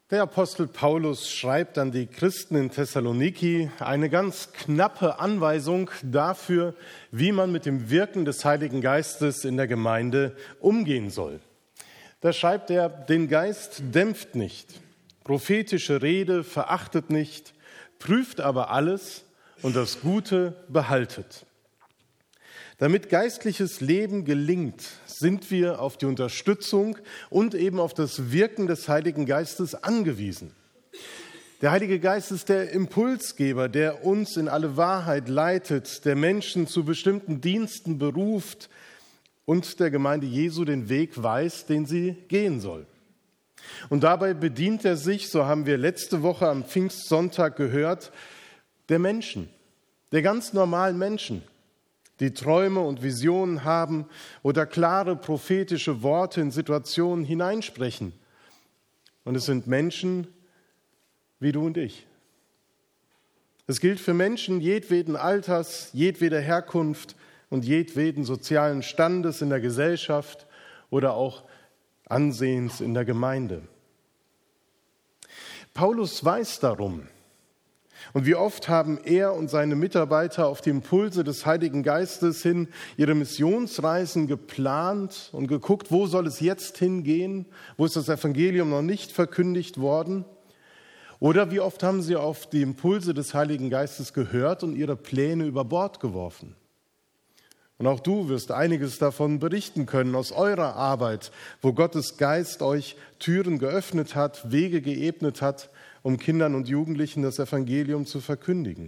Der Apostel Paulus schreibt an die Christen in Thessaloniki eine ganz knappe Anweisung dafür, wie man mit dem Wirken des Heiligen Geistes in der Gemeinde umgehen soll. Da schreibt er, den Geist dämpft nicht, prophetische Rede verachtet nicht, prüft aber alles und das Gute behaltet. Damit geistliches Leben gelingt, sind wir auf die Unterstützung und eben auf das Wirken des Heiligen Geistes angewiesen. Der Heilige Geist ist der Impulsgeber, der uns in alle Wahrheit leitet, der Menschen zu bestimmten Diensten beruft und der Gemeinde Jesu den Weg weist, den sie gehen soll. Und dabei bedient er sich, so haben wir letzte Woche am Pfingstsonntag gehört, der Menschen, der ganz normalen Menschen, die Träume und Visionen haben oder klare prophetische Worte in Situationen hineinsprechen. Und es sind Menschen wie du und ich. Es gilt für Menschen jedweden Alters, jedweder Herkunft und jedweden sozialen Standes in der Gesellschaft oder auch Ansehens in der Gemeinde. Paulus weiß darum. Und wie oft haben er und seine Mitarbeiter auf die Impulse des Heiligen Geistes hin ihre Missionsreisen geplant und geguckt, wo soll es jetzt hingehen, wo ist das Evangelium noch nicht verkündigt worden? Oder wie oft haben sie auf die Impulse des Heiligen Geistes gehört und ihre Pläne über Bord geworfen? Und auch du wirst einiges davon berichten können aus eurer Arbeit, wo Gottes Geist euch Türen geöffnet hat, Wege geebnet hat, um Kindern und Jugendlichen das Evangelium zu verkündigen.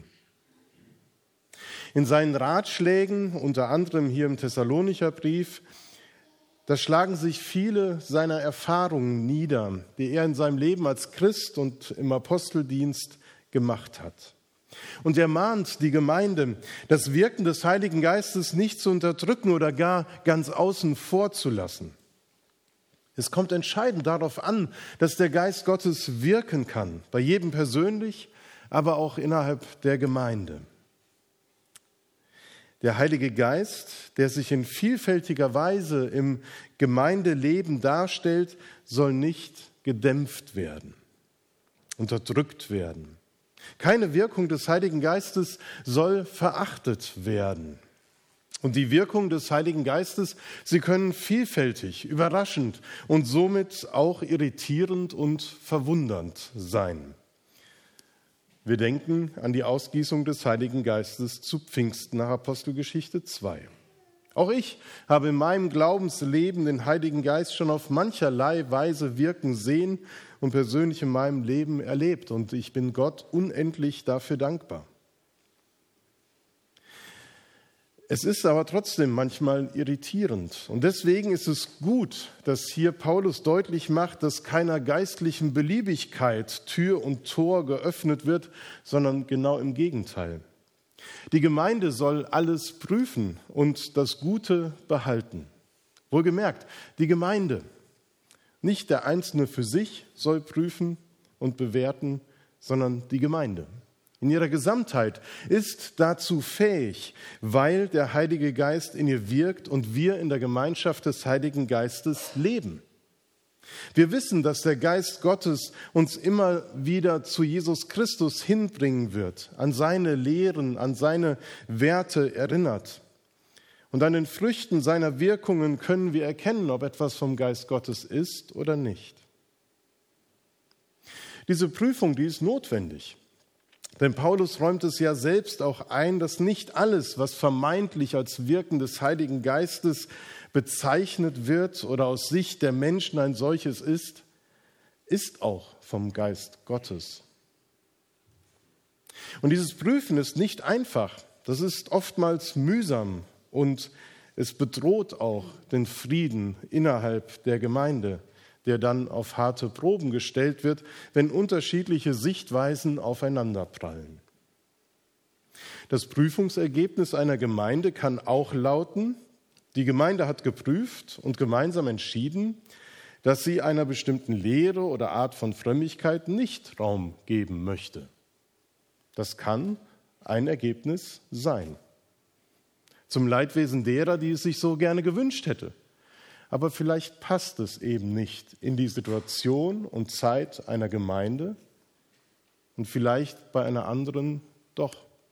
In seinen Ratschlägen, unter anderem hier im Thessalonicher Brief, da schlagen sich viele seiner Erfahrungen nieder, die er in seinem Leben als Christ und im Aposteldienst gemacht hat. Und er mahnt die Gemeinde, das Wirken des Heiligen Geistes nicht zu unterdrücken oder gar ganz außen vor zu lassen. Es kommt entscheidend darauf an, dass der Geist Gottes wirken kann, bei jedem persönlich, aber auch innerhalb der Gemeinde. Der Heilige Geist, der sich in vielfältiger Weise im Gemeindeleben darstellt, soll nicht gedämpft werden, unterdrückt werden. Keine Wirkung des Heiligen Geistes soll verachtet werden. Und die Wirkung des Heiligen Geistes, sie können vielfältig, überraschend und somit auch irritierend und verwundernd sein. Wir denken an die Ausgießung des Heiligen Geistes zu Pfingsten nach Apostelgeschichte 2. Auch ich habe in meinem Glaubensleben den Heiligen Geist schon auf mancherlei Weise wirken sehen und persönlich in meinem Leben erlebt. Und ich bin Gott unendlich dafür dankbar. Es ist aber trotzdem manchmal irritierend. Und deswegen ist es gut, dass hier Paulus deutlich macht, dass keiner geistlichen Beliebigkeit Tür und Tor geöffnet wird, sondern genau im Gegenteil. Die Gemeinde soll alles prüfen und das Gute behalten. Wohlgemerkt, die Gemeinde, nicht der Einzelne für sich soll prüfen und bewerten, sondern die Gemeinde. In ihrer Gesamtheit ist dazu fähig, weil der Heilige Geist in ihr wirkt und wir in der Gemeinschaft des Heiligen Geistes leben. Wir wissen, dass der Geist Gottes uns immer wieder zu Jesus Christus hinbringen wird, an seine Lehren, an seine Werte erinnert. Und an den Früchten seiner Wirkungen können wir erkennen, ob etwas vom Geist Gottes ist oder nicht. Diese Prüfung, die ist notwendig. Denn Paulus räumt es ja selbst auch ein, dass nicht alles, was vermeintlich als Wirken des Heiligen Geistes bezeichnet wird oder aus Sicht der Menschen ein solches ist, ist auch vom Geist Gottes. Und dieses Prüfen ist nicht einfach. Das ist oftmals mühsam und es bedroht auch den Frieden innerhalb der Gemeinde, der dann auf harte Proben gestellt wird, wenn unterschiedliche Sichtweisen aufeinanderprallen. Das Prüfungsergebnis einer Gemeinde kann auch lauten, die Gemeinde hat geprüft und gemeinsam entschieden, dass sie einer bestimmten Lehre oder Art von Frömmigkeit nicht Raum geben möchte. Das kann ein Ergebnis sein. Zum Leidwesen derer, die es sich so gerne gewünscht hätte. aber vielleicht passt es eben nicht in die Situation und Zeit einer Gemeinde und vielleicht bei einer anderen doch.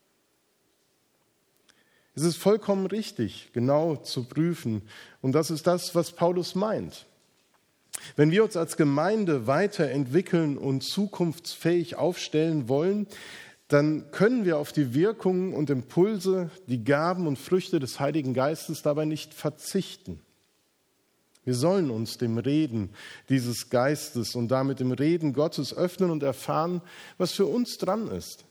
Es ist vollkommen richtig, genau zu prüfen. Und das ist das, was Paulus meint. Wenn wir uns als Gemeinde weiterentwickeln und zukunftsfähig aufstellen wollen, dann können wir auf die Wirkungen und Impulse, die Gaben und Früchte des Heiligen Geistes dabei nicht verzichten. Wir sollen uns dem Reden dieses Geistes und damit dem Reden Gottes öffnen und erfahren, was für uns dran ist.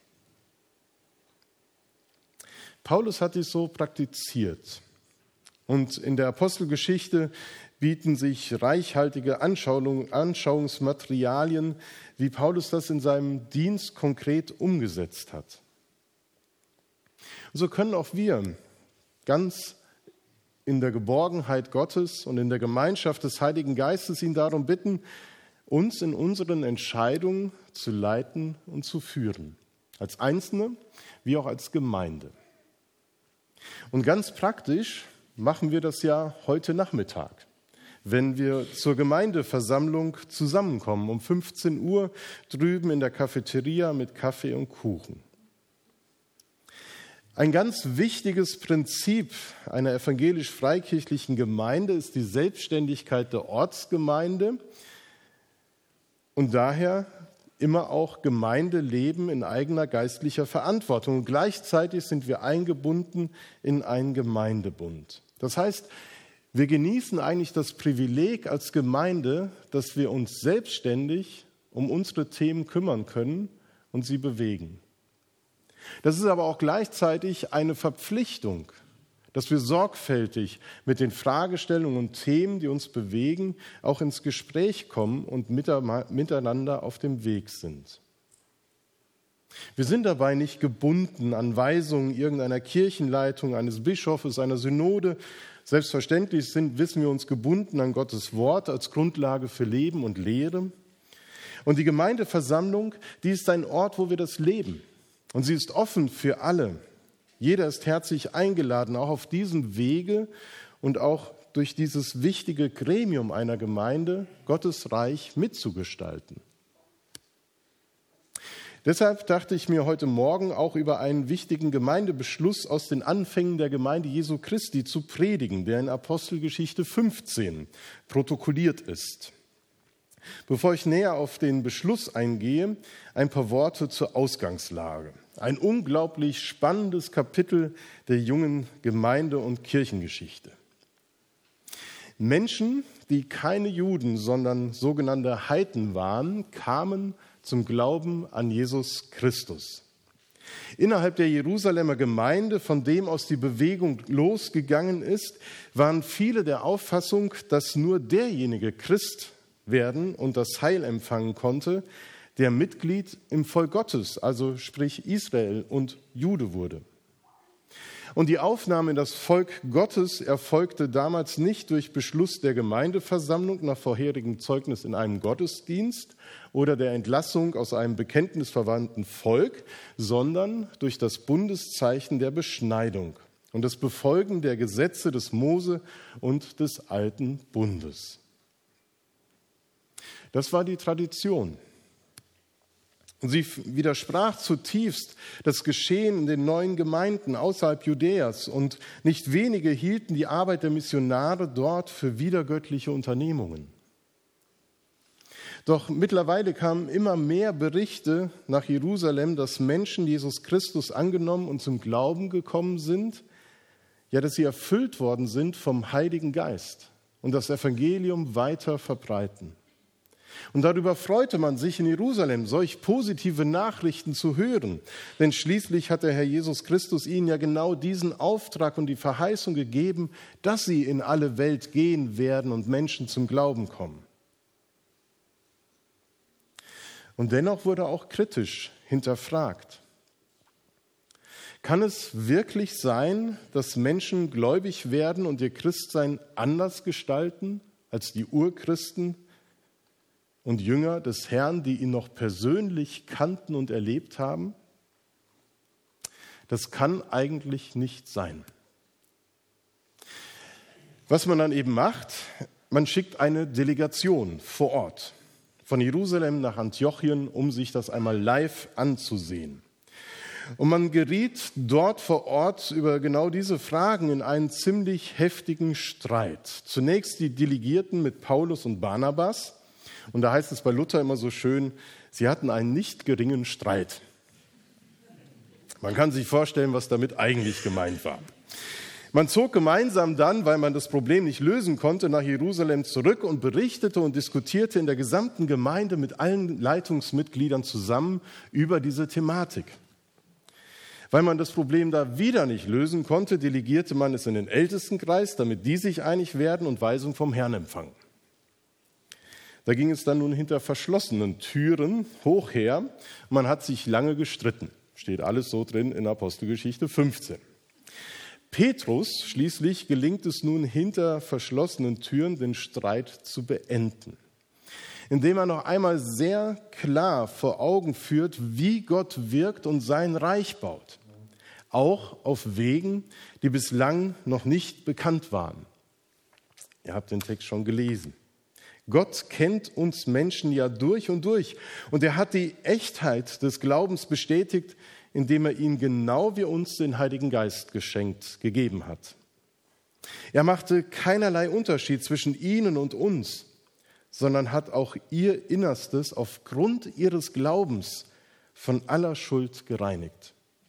Paulus hat dies so praktiziert. Und in der Apostelgeschichte bieten sich reichhaltige Anschauungsmaterialien, wie Paulus das in seinem Dienst konkret umgesetzt hat. Und so können auch wir ganz in der Geborgenheit Gottes und in der Gemeinschaft des Heiligen Geistes ihn darum bitten, uns in unseren Entscheidungen zu leiten und zu führen, als Einzelne wie auch als Gemeinde. Und ganz praktisch machen wir das ja heute Nachmittag, wenn wir zur Gemeindeversammlung zusammenkommen, um 15 Uhr drüben in der Cafeteria mit Kaffee und Kuchen. Ein ganz wichtiges Prinzip einer evangelisch-freikirchlichen Gemeinde ist die Selbstständigkeit der Ortsgemeinde und daher immer auch Gemeindeleben in eigener geistlicher Verantwortung. Und gleichzeitig sind wir eingebunden in einen Gemeindebund. Das heißt, wir genießen eigentlich das Privileg als Gemeinde, dass wir uns selbstständig um unsere Themen kümmern können und sie bewegen. Das ist aber auch gleichzeitig eine Verpflichtung, dass wir sorgfältig mit den Fragestellungen und Themen, die uns bewegen, auch ins Gespräch kommen und miteinander auf dem Weg sind. Wir sind dabei nicht gebunden an Weisungen irgendeiner Kirchenleitung, eines Bischofes, einer Synode. Selbstverständlich wissen wir uns gebunden an Gottes Wort als Grundlage für Leben und Lehre. Und die Gemeindeversammlung, die ist ein Ort, wo wir das leben. Und sie ist offen für alle. Jeder ist herzlich eingeladen, auch auf diesem Wege und auch durch dieses wichtige Gremium einer Gemeinde, Gottes Reich mitzugestalten. Deshalb dachte ich mir heute Morgen auch über einen wichtigen Gemeindebeschluss aus den Anfängen der Gemeinde Jesu Christi zu predigen, der in Apostelgeschichte 15 protokolliert ist. Bevor ich näher auf den Beschluss eingehe, ein paar Worte zur Ausgangslage. Ein unglaublich spannendes Kapitel der jungen Gemeinde- und Kirchengeschichte. Menschen, die keine Juden, sondern sogenannte Heiden waren, kamen zum Glauben an Jesus Christus. Innerhalb der Jerusalemer Gemeinde, von dem aus die Bewegung losgegangen ist, waren viele der Auffassung, dass nur derjenige Christ werden und das Heil empfangen konnte, der Mitglied im Volk Gottes, also sprich Israel und Jude wurde. Und die Aufnahme in das Volk Gottes erfolgte damals nicht durch Beschluss der Gemeindeversammlung nach vorherigem Zeugnis in einem Gottesdienst oder der Entlassung aus einem bekenntnisverwandten Volk, sondern durch das Bundeszeichen der Beschneidung und das Befolgen der Gesetze des Mose und des Alten Bundes. Das war die Tradition. Und sie widersprach zutiefst das Geschehen in den neuen Gemeinden außerhalb Judäas und nicht wenige hielten die Arbeit der Missionare dort für widergöttliche Unternehmungen. Doch mittlerweile kamen immer mehr Berichte nach Jerusalem, dass Menschen Jesus Christus angenommen und zum Glauben gekommen sind, ja, dass sie erfüllt worden sind vom Heiligen Geist und das Evangelium weiter verbreiten. Und darüber freute man sich in Jerusalem, solch positive Nachrichten zu hören. Denn schließlich hat der Herr Jesus Christus ihnen ja genau diesen Auftrag und die Verheißung gegeben, dass sie in alle Welt gehen werden und Menschen zum Glauben kommen. Und dennoch wurde auch kritisch hinterfragt. Kann es wirklich sein, dass Menschen gläubig werden und ihr Christsein anders gestalten als die Urchristen und Jünger des Herrn, die ihn noch persönlich kannten und erlebt haben? Das kann eigentlich nicht sein. Was man dann eben macht, man schickt eine Delegation vor Ort von Jerusalem nach Antiochien, um sich das einmal live anzusehen. Und man geriet dort vor Ort über genau diese Fragen in einen ziemlich heftigen Streit. Zunächst die Delegierten mit Paulus und Barnabas. Und da heißt es bei Luther immer so schön, sie hatten einen nicht geringen Streit. Man kann sich vorstellen, was damit eigentlich gemeint war. Man zog gemeinsam dann, weil man das Problem nicht lösen konnte, nach Jerusalem zurück und berichtete und diskutierte in der gesamten Gemeinde mit allen Leitungsmitgliedern zusammen über diese Thematik. Weil man das Problem da wieder nicht lösen konnte, delegierte man es in den Ältestenkreis, damit die sich einig werden und Weisung vom Herrn empfangen. Da ging es dann nun hinter verschlossenen Türen hoch her. Man hat sich lange gestritten. Steht alles so drin in Apostelgeschichte 15. Petrus schließlich gelingt es nun, hinter verschlossenen Türen den Streit zu beenden, indem er noch einmal sehr klar vor Augen führt, wie Gott wirkt und sein Reich baut, auch auf Wegen, die bislang noch nicht bekannt waren. Ihr habt den Text schon gelesen. Gott kennt uns Menschen ja durch und er hat die Echtheit des Glaubens bestätigt, indem er ihnen genau wie uns den Heiligen Geist gegeben hat. Er machte keinerlei Unterschied zwischen ihnen und uns, sondern hat auch ihr Innerstes aufgrund ihres Glaubens von aller Schuld gereinigt.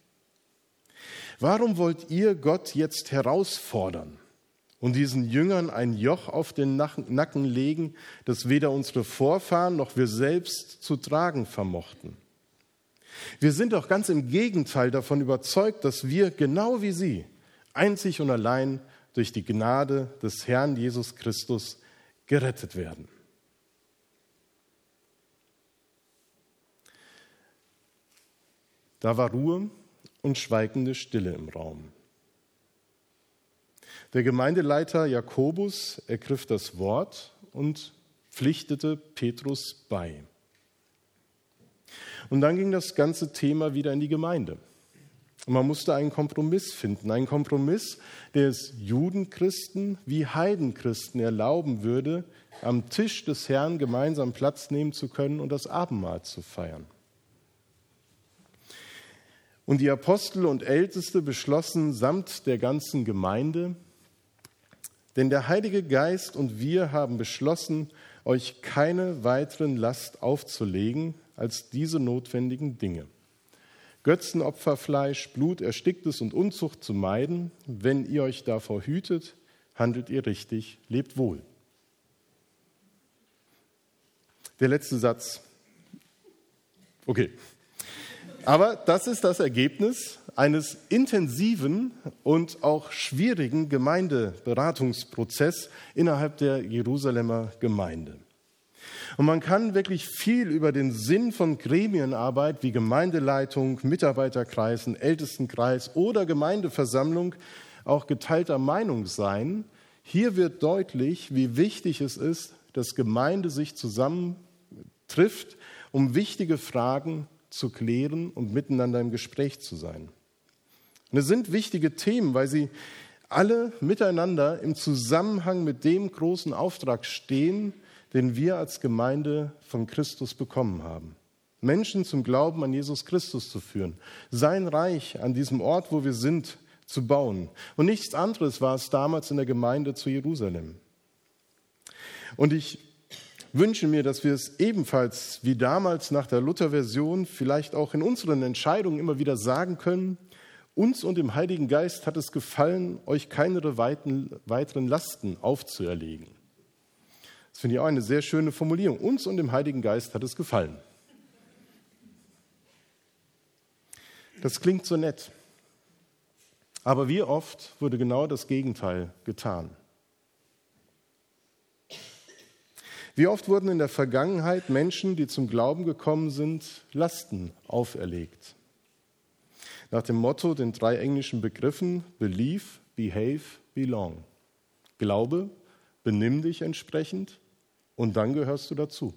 Warum wollt ihr Gott jetzt herausfordern und diesen Jüngern ein Joch auf den Nacken legen, das weder unsere Vorfahren noch wir selbst zu tragen vermochten? Wir sind doch ganz im Gegenteil davon überzeugt, dass wir, genau wie sie, einzig und allein durch die Gnade des Herrn Jesus Christus gerettet werden. Da war Ruhe und schweigende Stille im Raum. Der Gemeindeleiter Jakobus ergriff das Wort und pflichtete Petrus bei. Und dann ging das ganze Thema wieder in die Gemeinde. Und man musste einen Kompromiss finden, einen Kompromiss, der es Judenchristen wie Heidenchristen erlauben würde, am Tisch des Herrn gemeinsam Platz nehmen zu können und das Abendmahl zu feiern. Und die Apostel und Älteste beschlossen samt der ganzen Gemeinde, denn der Heilige Geist und wir haben beschlossen, euch keine weiteren Last aufzulegen als diese notwendigen Dinge. Götzenopferfleisch, Blut, Ersticktes und Unzucht zu meiden. Wenn ihr euch davor hütet, handelt ihr richtig, lebt wohl. Der letzte Satz. Okay. Aber das ist das Ergebnis eines intensiven und auch schwierigen Gemeindeberatungsprozesses innerhalb der Jerusalemer Gemeinde. Und man kann wirklich viel über den Sinn von Gremienarbeit wie Gemeindeleitung, Mitarbeiterkreisen, Ältestenkreis oder Gemeindeversammlung auch geteilter Meinung sein. Hier wird deutlich, wie wichtig es ist, dass Gemeinde sich zusammentrifft, um wichtige Fragen zu klären und miteinander im Gespräch zu sein. Und es sind wichtige Themen, weil sie alle miteinander im Zusammenhang mit dem großen Auftrag stehen, den wir als Gemeinde von Christus bekommen haben. Menschen zum Glauben an Jesus Christus zu führen, sein Reich an diesem Ort, wo wir sind, zu bauen. Und nichts anderes war es damals in der Gemeinde zu Jerusalem. Und ich wünsche mir, dass wir es ebenfalls wie damals nach der Luther-Version vielleicht auch in unseren Entscheidungen immer wieder sagen können: Uns und dem Heiligen Geist hat es gefallen, euch keine weiteren Lasten aufzuerlegen. Das finde ich auch eine sehr schöne Formulierung. Uns und dem Heiligen Geist hat es gefallen. Das klingt so nett. Aber wie oft wurde genau das Gegenteil getan? Wie oft wurden in der Vergangenheit Menschen, die zum Glauben gekommen sind, Lasten auferlegt? Nach dem Motto, den 3 englischen Begriffen Believe, Behave, Belong. Glaube, benimm dich entsprechend und dann gehörst du dazu.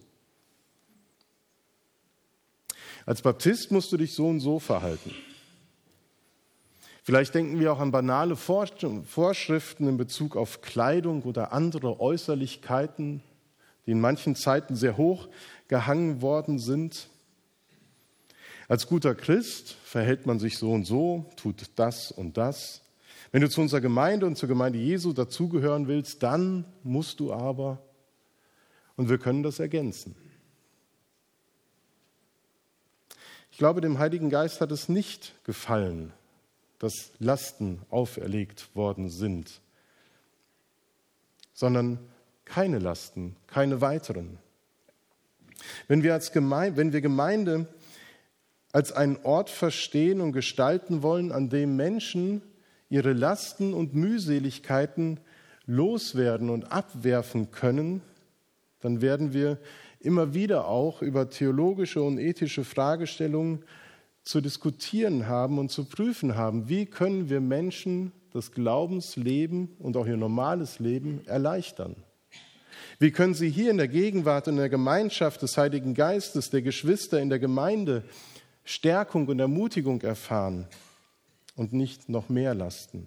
Als Baptist musst du dich so und so verhalten. Vielleicht denken wir auch an banale Vorschriften in Bezug auf Kleidung oder andere Äußerlichkeiten, die in manchen Zeiten sehr hoch gehangen worden sind. Als guter Christ verhält man sich so und so, tut das und das. Wenn du zu unserer Gemeinde und zur Gemeinde Jesu dazugehören willst, dann musst du aber. Und wir können das ergänzen. Ich glaube, dem Heiligen Geist hat es nicht gefallen, dass Lasten auferlegt worden sind, sondern keine Lasten, keine weiteren. Wenn wir Gemeinde als einen Ort verstehen und gestalten wollen, an dem Menschen ihre Lasten und Mühseligkeiten loswerden und abwerfen können, dann werden wir immer wieder auch über theologische und ethische Fragestellungen zu diskutieren haben und zu prüfen haben, wie können wir Menschen das Glaubensleben und auch ihr normales Leben erleichtern. Wie können sie hier in der Gegenwart und in der Gemeinschaft des Heiligen Geistes, der Geschwister in der Gemeinde, Stärkung und Ermutigung erfahren und nicht noch mehr Lasten.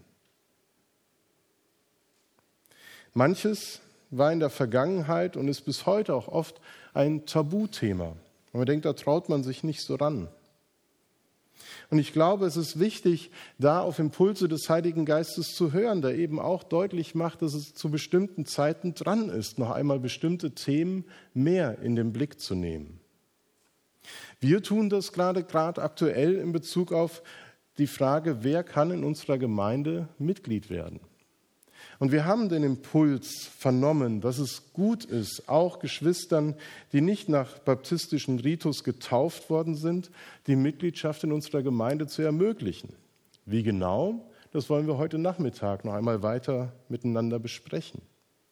Manches war in der Vergangenheit und ist bis heute auch oft ein Tabuthema. Und man denkt, da traut man sich nicht so ran. Und ich glaube, es ist wichtig, da auf Impulse des Heiligen Geistes zu hören, der eben auch deutlich macht, dass es zu bestimmten Zeiten dran ist, noch einmal bestimmte Themen mehr in den Blick zu nehmen. Wir tun das gerade aktuell in Bezug auf die Frage, wer kann in unserer Gemeinde Mitglied werden? Und wir haben den Impuls vernommen, dass es gut ist, auch Geschwistern, die nicht nach baptistischen Ritus getauft worden sind, die Mitgliedschaft in unserer Gemeinde zu ermöglichen. Wie genau? Das wollen wir heute Nachmittag noch einmal weiter miteinander besprechen.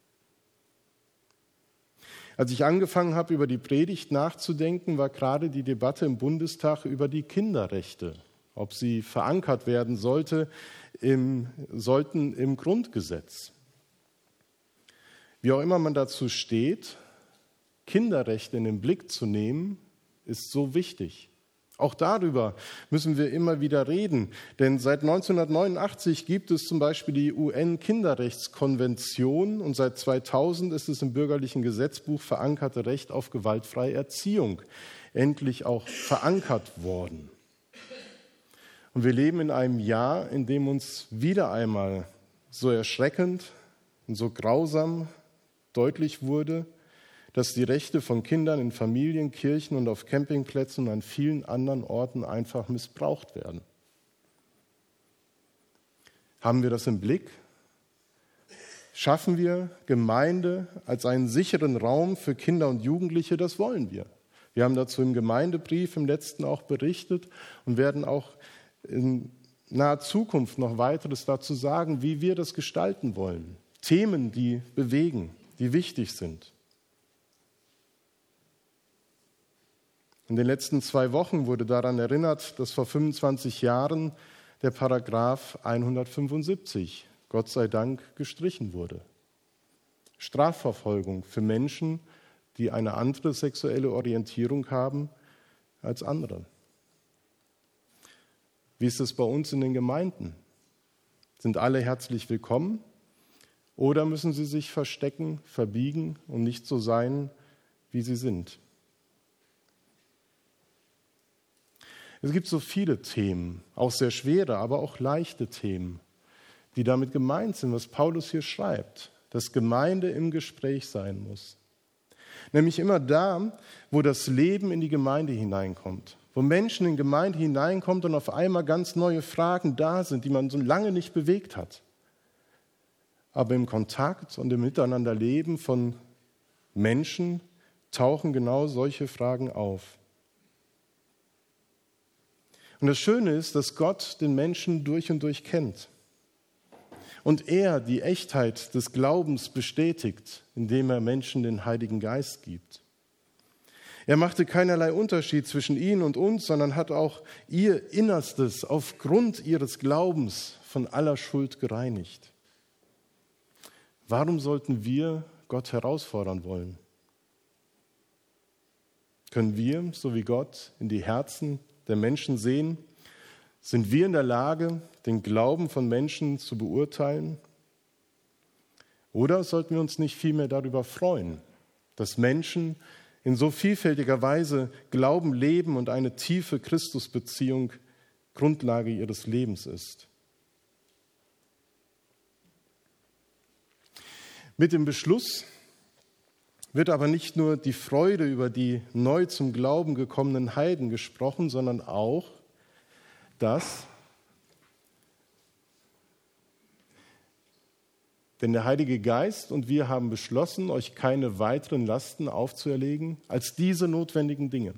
Als ich angefangen habe, über die Predigt nachzudenken, war gerade die Debatte im Bundestag über die Kinderrechte, ob sie verankert werden sollten im Grundgesetz. Wie auch immer man dazu steht, Kinderrechte in den Blick zu nehmen, ist so wichtig. Auch darüber müssen wir immer wieder reden, denn seit 1989 gibt es zum Beispiel die UN-Kinderrechtskonvention und seit 2000 ist es im bürgerlichen Gesetzbuch verankerte Recht auf gewaltfreie Erziehung endlich auch verankert worden. Und wir leben in einem Jahr, in dem uns wieder einmal so erschreckend und so grausam deutlich wurde, dass die Rechte von Kindern in Familien, Kirchen und auf Campingplätzen und an vielen anderen Orten einfach missbraucht werden. Haben wir das im Blick? Schaffen wir Gemeinde als einen sicheren Raum für Kinder und Jugendliche? Das wollen wir. Wir haben dazu im Gemeindebrief im letzten auch berichtet und werden auch in naher Zukunft noch weiteres dazu sagen, wie wir das gestalten wollen. Themen, die bewegen, die wichtig sind. In den letzten 2 Wochen wurde daran erinnert, dass vor 25 Jahren der Paragraph 175, Gott sei Dank, gestrichen wurde. Strafverfolgung für Menschen, die eine andere sexuelle Orientierung haben als andere. Wie ist es bei uns in den Gemeinden? Sind alle herzlich willkommen oder müssen sie sich verstecken, verbiegen und nicht so sein, wie sie sind? Es gibt so viele Themen, auch sehr schwere, aber auch leichte Themen, die damit gemeint sind, was Paulus hier schreibt, dass Gemeinde im Gespräch sein muss. Nämlich immer da, wo das Leben in die Gemeinde hineinkommt, wo Menschen in die Gemeinde hineinkommen und auf einmal ganz neue Fragen da sind, die man so lange nicht bewegt hat. Aber im Kontakt und im Miteinanderleben von Menschen tauchen genau solche Fragen auf. Und das Schöne ist, dass Gott den Menschen durch und durch kennt. Und er die Echtheit des Glaubens bestätigt, indem er Menschen den Heiligen Geist gibt. Er machte keinerlei Unterschied zwischen ihnen und uns, sondern hat auch ihr Innerstes aufgrund ihres Glaubens von aller Schuld gereinigt. Warum sollten wir Gott herausfordern wollen? Können wir, so wie Gott, in die Herzen der Menschen sehen? Sind wir in der Lage, den Glauben von Menschen zu beurteilen? Oder sollten wir uns nicht vielmehr darüber freuen, dass Menschen in so vielfältiger Weise Glauben leben und eine tiefe Christusbeziehung Grundlage ihres Lebens ist? Mit dem Beschluss wird aber nicht nur die Freude über die neu zum Glauben gekommenen Heiden gesprochen, sondern auch, dass, denn der Heilige Geist und wir haben beschlossen, euch keine weiteren Lasten aufzuerlegen als diese notwendigen Dinge.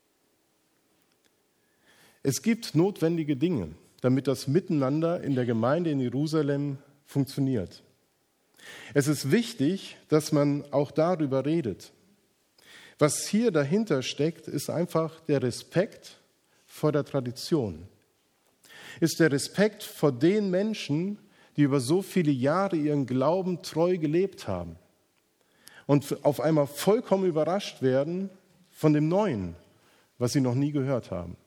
Es gibt notwendige Dinge, damit das Miteinander in der Gemeinde in Jerusalem funktioniert. Es ist wichtig, dass man auch darüber redet. Was hier dahinter steckt, ist einfach der Respekt vor der Tradition. Ist der Respekt vor den Menschen, die über so viele Jahre ihren Glauben treu gelebt haben und auf einmal vollkommen überrascht werden von dem Neuen, was sie noch nie gehört haben.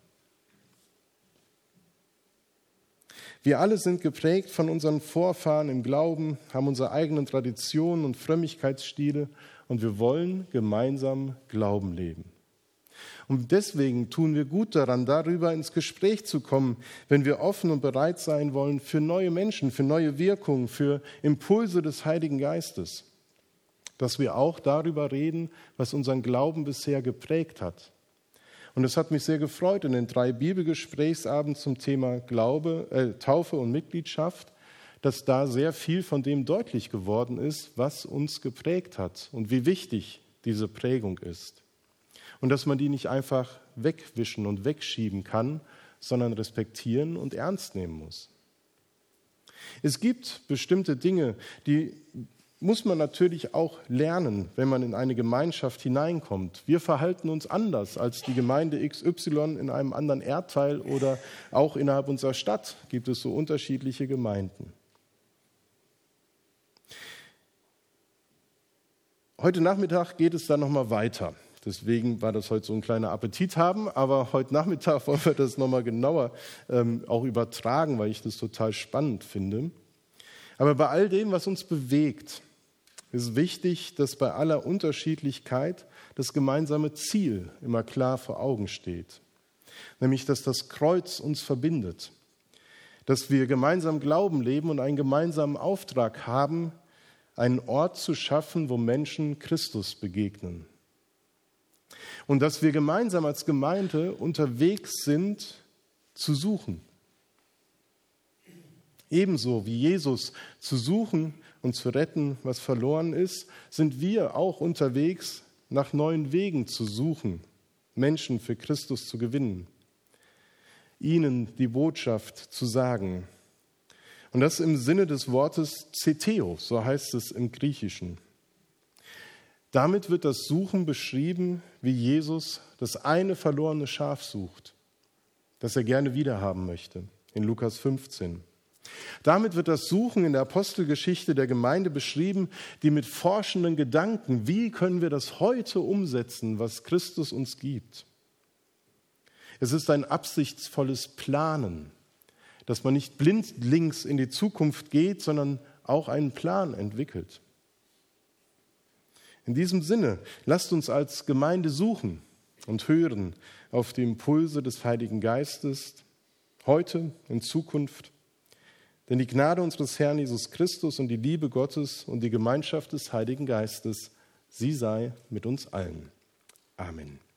Wir alle sind geprägt von unseren Vorfahren im Glauben, haben unsere eigenen Traditionen und Frömmigkeitsstile und wir wollen gemeinsam Glauben leben. Und deswegen tun wir gut daran, darüber ins Gespräch zu kommen, wenn wir offen und bereit sein wollen für neue Menschen, für neue Wirkungen, für Impulse des Heiligen Geistes. Dass wir auch darüber reden, was unseren Glauben bisher geprägt hat. Und es hat mich sehr gefreut in den 3 Bibelgesprächsabenden zum Thema Taufe und Mitgliedschaft, dass da sehr viel von dem deutlich geworden ist, was uns geprägt hat und wie wichtig diese Prägung ist. Und dass man die nicht einfach wegwischen und wegschieben kann, sondern respektieren und ernst nehmen muss. Es gibt bestimmte Dinge, die muss man natürlich auch lernen, wenn man in eine Gemeinschaft hineinkommt. Wir verhalten uns anders als die Gemeinde XY in einem anderen Erdteil oder auch innerhalb unserer Stadt gibt es so unterschiedliche Gemeinden. Heute Nachmittag geht es dann nochmal weiter. Deswegen war das heute so ein kleiner Appetit haben, aber heute Nachmittag wollen wir das nochmal genauer auch übertragen, weil ich das total spannend finde. Aber bei all dem, was uns bewegt, ist wichtig, dass bei aller Unterschiedlichkeit das gemeinsame Ziel immer klar vor Augen steht. Nämlich, dass das Kreuz uns verbindet. Dass wir gemeinsam Glauben leben und einen gemeinsamen Auftrag haben, einen Ort zu schaffen, wo Menschen Christus begegnen. Und dass wir gemeinsam als Gemeinde unterwegs sind, zu suchen. Ebenso wie Jesus zu suchen und zu retten, was verloren ist, sind wir auch unterwegs, nach neuen Wegen zu suchen, Menschen für Christus zu gewinnen, ihnen die Botschaft zu sagen. Und das im Sinne des Wortes Zeteo, so heißt es im Griechischen. Damit wird das Suchen beschrieben, wie Jesus das eine verlorene Schaf sucht, das er gerne wiederhaben möchte, in Lukas 15. Damit wird das Suchen in der Apostelgeschichte der Gemeinde beschrieben, die mit forschenden Gedanken, wie können wir das heute umsetzen, was Christus uns gibt. Es ist ein absichtsvolles Planen, dass man nicht blindlings in die Zukunft geht, sondern auch einen Plan entwickelt. In diesem Sinne, lasst uns als Gemeinde suchen und hören auf die Impulse des Heiligen Geistes, heute, in Zukunft. Denn die Gnade unseres Herrn Jesus Christus und die Liebe Gottes und die Gemeinschaft des Heiligen Geistes, sie sei mit uns allen. Amen.